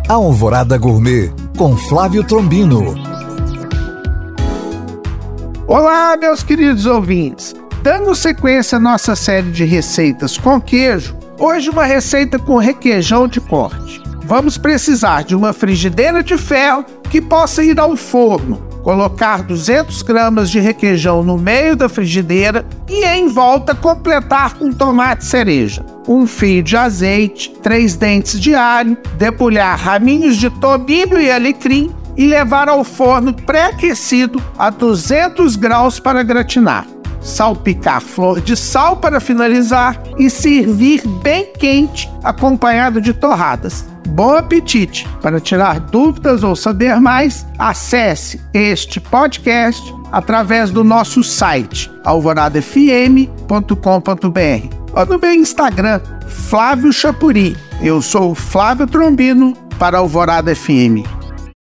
Alvorada Gourmet, com Flávio Trombino. Olá, meus queridos ouvintes. Dando sequência à nossa série de receitas com queijo, hoje uma receita com requeijão de corte. Vamos precisar de uma frigideira de ferro que possa ir ao forno, colocar 200 gramas de requeijão no meio da frigideira e em volta completar com tomate cereja, um fio de azeite, 3 dentes de alho, debulhar raminhos de tomilho e alecrim e levar ao forno pré-aquecido a 200 graus para gratinar. Salpicar flor de sal para finalizar e servir bem quente, acompanhado de torradas. Bom apetite! Para tirar dúvidas ou saber mais, acesse este podcast através do nosso site alvoradafm.com.br ou no meu Instagram, Flávio Chapuri. Eu sou o Flávio Trombino para Alvorada FM.